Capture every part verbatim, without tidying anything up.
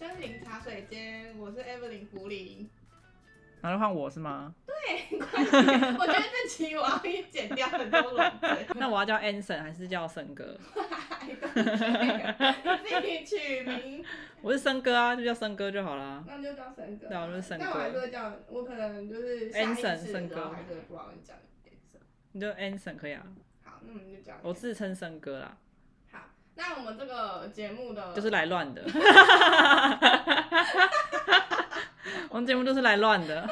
森林茶水间，我是 Evelyn 福林。 然后换我是吗？ 对，关系，我觉得这期我要剪掉很多轮嘴。 那我要叫 Anson 还是叫森哥？ 你自己取名。 我是森哥啊，就叫森哥就好啦。 那就叫森哥。 对啊，就是森哥。 但我还是会叫，我可能就是下意识的时候还是会不知道你讲 Anson。 你就 Anson 可以啊。 好，那我们就叫。 我自称森哥啦。 好，那我们这个节目的。 就是来乱的。我们节目就是来乱的。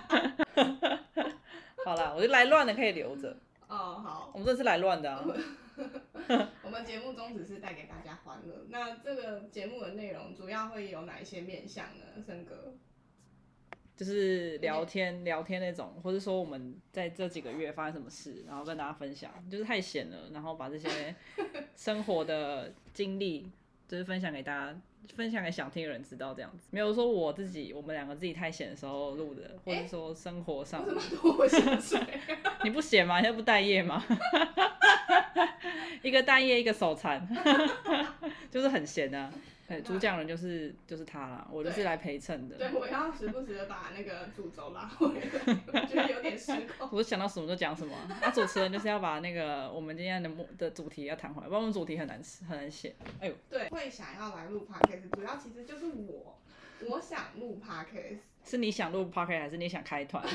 好啦，我觉得来乱的可以留着。 哦，好。 我们这是来乱的啊。 我们节目宗旨是带给大家欢乐。那这个节目的内容主要会有哪一些面向呢？森哥。 就是聊天聊天那种，或者说我们在这几个月发生什么事，然后跟大家分享，就是太闲了，然后把这些生活的经历，就是分享给大家，分享给想听的人知道这样子。没有说我自己，我们两个自己太闲的时候录的，或者说生活上。 为什么拖我下水？ 你不闲吗？你不待业吗？一个待业，一个手残，就是很闲啊。对，主讲人就是就是他啦，我就是来陪衬的。 对，我要时不时的把那个主轴拉回来，我觉得有点失控。 我想到什么就讲什么，啊，主持人就是要把那个我们今天的的主题要谈回来，不然我们主题很难很难写。哎呦， 对，会想要来录 podcast， 主要其实就是我，我想录 podcast。 是你想录 podcast 还是你想开团？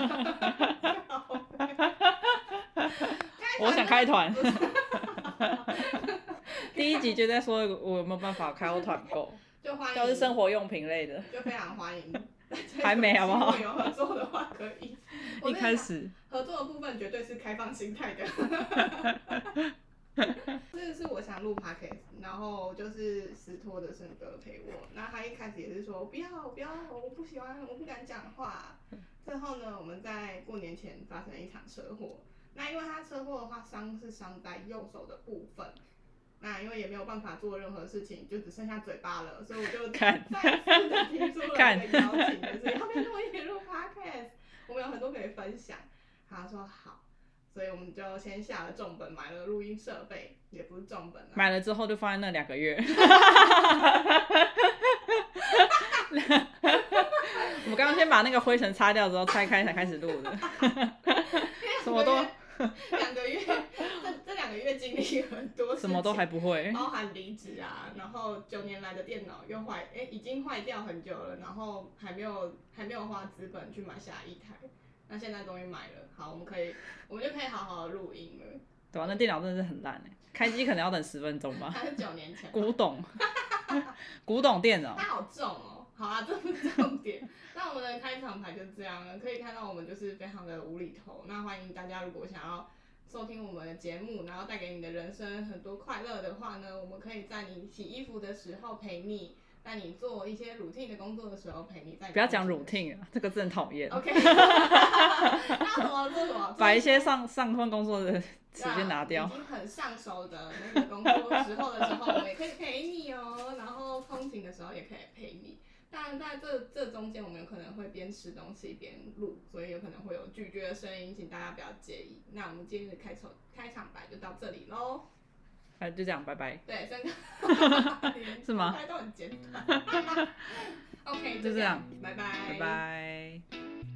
我想开团。第一集就在说我有没有办法开我团购， 就欢迎， 要是生活用品类的， 就非常欢迎。 还没好不好？ 如果有合作的话可以。 一开始合作的部分绝对是开放心态的。这个是我想录 podcast， 然后就是石托的森哥陪我。那他一开始也是说不要不要，我不喜欢，我不敢讲话。之后呢，我们在过年前发生一场车祸。那因为他车祸的话，伤是伤在右手的部分。那因为也没有办法做任何事情，就只剩下嘴巴了，所以我就再次的提出了一个邀请，就是要不要跟我一起录 podcast？ 我们有很多可以分享。他说好，所以我们就先下了重本，买了录音设备，也不是重本啊。 买了之后就放在那两个月。我们刚刚先把那个灰尘擦掉之后，拆开才开始录的。什么都。 两个月，这这两个月经历很多事情， 什么都还不会， 包含离职啊，然后九年来的电脑又坏，哎、欸，已经坏掉很久了，然后还没有还没有花资本去买下一台，那现在终于买了，好，我们可以，我们就可以好好的录音了。 对啊，那电脑真的是很烂哎，开机可能要等十分钟吧。 它是九年前。 古董，古董电脑。 它好重哦。好啊，这不是重点。那我们的开场白就这样了，可以看到我们就是非常的无厘头。那欢迎大家如果想要收听我们的节目，然后带给你的人生很多快乐的话呢，我们可以在你洗衣服的时候陪你，在你做一些 routine 的工作的时候陪你。在你不要讲 routine 啊，这个真的讨厌。 OK。那什么做什么？ 把一些上上份工作的时间拿掉。 已经很上手的那个工作时候的时候，我们也可以陪你哦。然后通勤的时候也可以陪你。但在这这中间，我们有可能会边吃东西边录，所以有可能会有咀嚼的声音，请大家不要介意。那我们今天的开场开场白就到这里喽。 哎，就这样，拜拜。 对，三个。 是吗？ 都很简单。OK， 就这样， 拜拜。 拜拜。